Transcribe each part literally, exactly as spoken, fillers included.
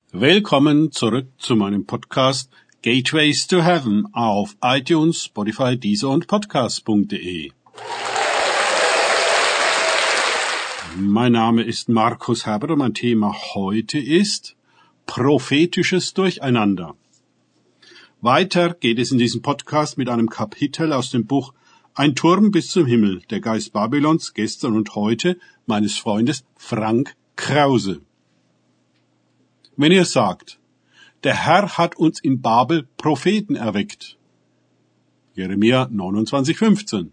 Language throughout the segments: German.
Willkommen zurück zu meinem Podcast Gateways to Heaven auf iTunes, Spotify, Deezer und Podcast punkt de. Mein Name ist Markus Herbert und mein Thema heute ist prophetisches Durcheinander. Weiter geht es in diesem Podcast mit einem Kapitel aus dem Buch Ein Turm bis zum Himmel, der Geist Babylons, gestern und heute, meines Freundes Frank Krause. Wenn ihr sagt, der Herr hat uns in Babel Propheten erweckt. Jeremia neunundzwanzig fünfzehn.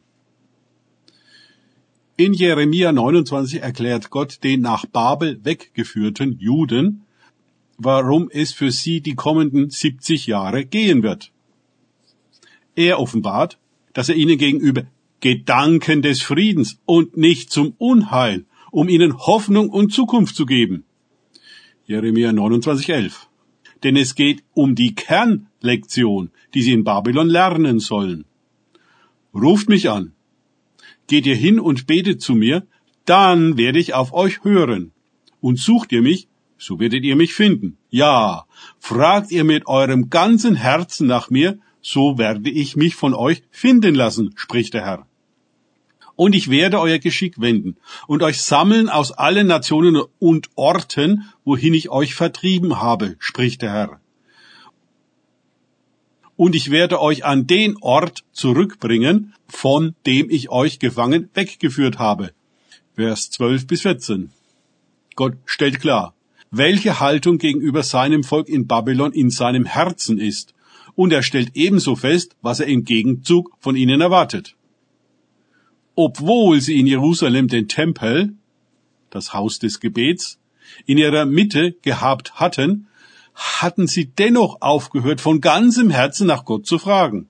In Jeremia neunundzwanzig erklärt Gott den nach Babel weggeführten Juden, warum es für sie die kommenden siebzig Jahre gehen wird. Er offenbart, dass er ihnen gegenüber Gedanken des Friedens und nicht zum Unheil, um ihnen Hoffnung und Zukunft zu geben. Jeremia neunundzwanzig elf. Denn es geht um die Kernlektion, die sie in Babylon lernen sollen. Ruft mich an. Geht ihr hin und betet zu mir, dann werde ich auf euch hören. Und sucht ihr mich, so werdet ihr mich finden. Ja, fragt ihr mit eurem ganzen Herzen nach mir, so werde ich mich von euch finden lassen, spricht der Herr. Und ich werde euer Geschick wenden und euch sammeln aus allen Nationen und Orten, wohin ich euch vertrieben habe, spricht der Herr. Und ich werde euch an den Ort zurückbringen, von dem ich euch gefangen weggeführt habe. Vers zwölf bis vierzehn. Gott stellt klar, welche Haltung gegenüber seinem Volk in Babylon in seinem Herzen ist. Und er stellt ebenso fest, was er im Gegenzug von ihnen erwartet. Obwohl sie in Jerusalem den Tempel, das Haus des Gebets, in ihrer Mitte gehabt hatten, hatten sie dennoch aufgehört, von ganzem Herzen nach Gott zu fragen.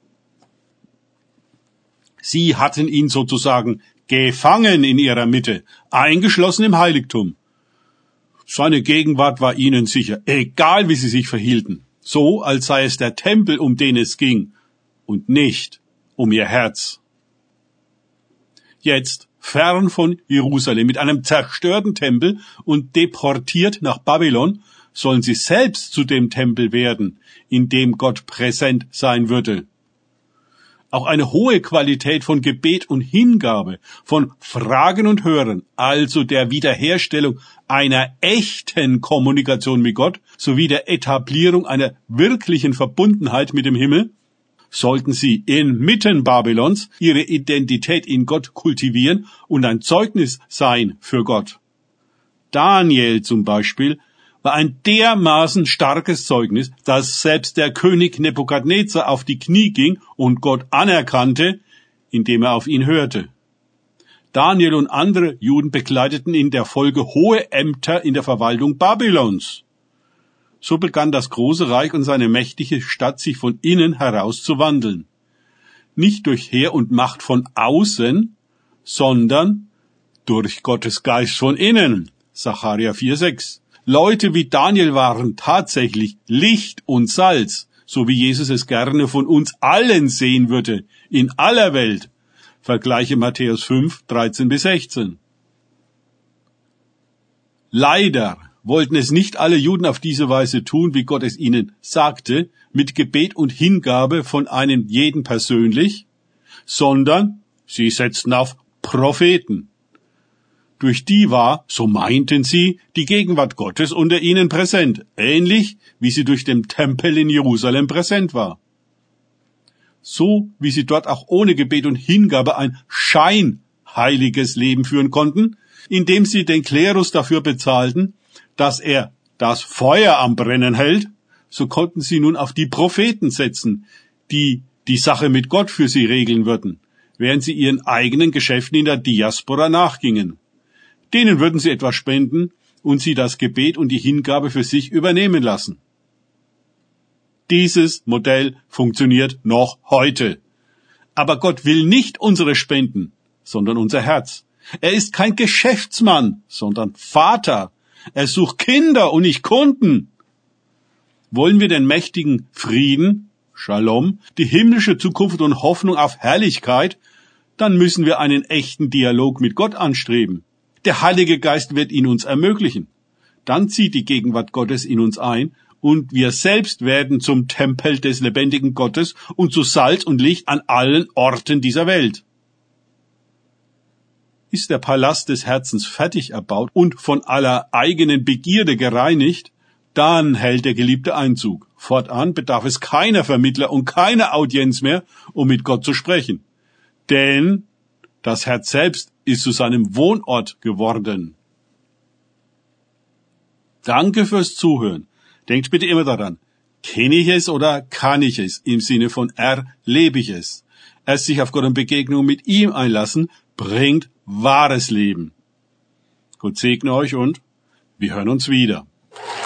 Sie hatten ihn sozusagen gefangen in ihrer Mitte, eingeschlossen im Heiligtum. Seine Gegenwart war ihnen sicher, egal wie sie sich verhielten, so als sei es der Tempel, um den es ging, und nicht um ihr Herz. Jetzt, fern von Jerusalem, mit einem zerstörten Tempel und deportiert nach Babylon, sollen sie selbst zu dem Tempel werden, in dem Gott präsent sein würde. Auch eine hohe Qualität von Gebet und Hingabe, von Fragen und Hören, also der Wiederherstellung einer echten Kommunikation mit Gott, sowie der Etablierung einer wirklichen Verbundenheit mit dem Himmel, sollten sie inmitten Babylons ihre Identität in Gott kultivieren und ein Zeugnis sein für Gott. Daniel zum Beispiel war ein dermaßen starkes Zeugnis, dass selbst der König Nebukadnezar auf die Knie ging und Gott anerkannte, indem er auf ihn hörte. Daniel und andere Juden bekleideten in der Folge hohe Ämter in der Verwaltung Babylons. So begann das große Reich und seine mächtige Stadt sich von innen heraus zu wandeln. Nicht durch Heer und Macht von außen, sondern durch Gottes Geist von innen. Sacharja vier sechs. Leute wie Daniel waren tatsächlich Licht und Salz, so wie Jesus es gerne von uns allen sehen würde, in aller Welt. Vergleiche Matthäus fünf dreizehn bis sechzehn. Leider wollten es nicht alle Juden auf diese Weise tun, wie Gott es ihnen sagte, mit Gebet und Hingabe von einem jeden persönlich, sondern sie setzten auf Propheten. Durch die war, so meinten sie, die Gegenwart Gottes unter ihnen präsent, ähnlich wie sie durch den Tempel in Jerusalem präsent war. So wie sie dort auch ohne Gebet und Hingabe ein scheinheiliges Leben führen konnten, indem sie den Klerus dafür bezahlten, dass er das Feuer am Brennen hält, so konnten sie nun auf die Propheten setzen, die die Sache mit Gott für sie regeln würden, während sie ihren eigenen Geschäften in der Diaspora nachgingen. Denen würden sie etwas spenden und sie das Gebet und die Hingabe für sich übernehmen lassen. Dieses Modell funktioniert noch heute. Aber Gott will nicht unsere Spenden, sondern unser Herz. Er ist kein Geschäftsmann, sondern Vater. Er sucht Kinder und nicht Kunden. Wollen wir den mächtigen Frieden, Shalom, die himmlische Zukunft und Hoffnung auf Herrlichkeit, dann müssen wir einen echten Dialog mit Gott anstreben. Der Heilige Geist wird ihn uns ermöglichen. Dann zieht die Gegenwart Gottes in uns ein und wir selbst werden zum Tempel des lebendigen Gottes und zu Salz und Licht an allen Orten dieser Welt. Ist der Palast des Herzens fertig erbaut und von aller eigenen Begierde gereinigt, dann hält der geliebte Einzug. Fortan bedarf es keiner Vermittler und keiner Audienz mehr, um mit Gott zu sprechen. Denn das Herz selbst ist zu seinem Wohnort geworden. Danke fürs Zuhören. Denkt bitte immer daran, kenne ich es oder kann ich es? Im Sinne von erlebe ich es. Erst sich auf Gott und Begegnung mit ihm einlassen, bringt wahres Leben. Gott segne euch und wir hören uns wieder.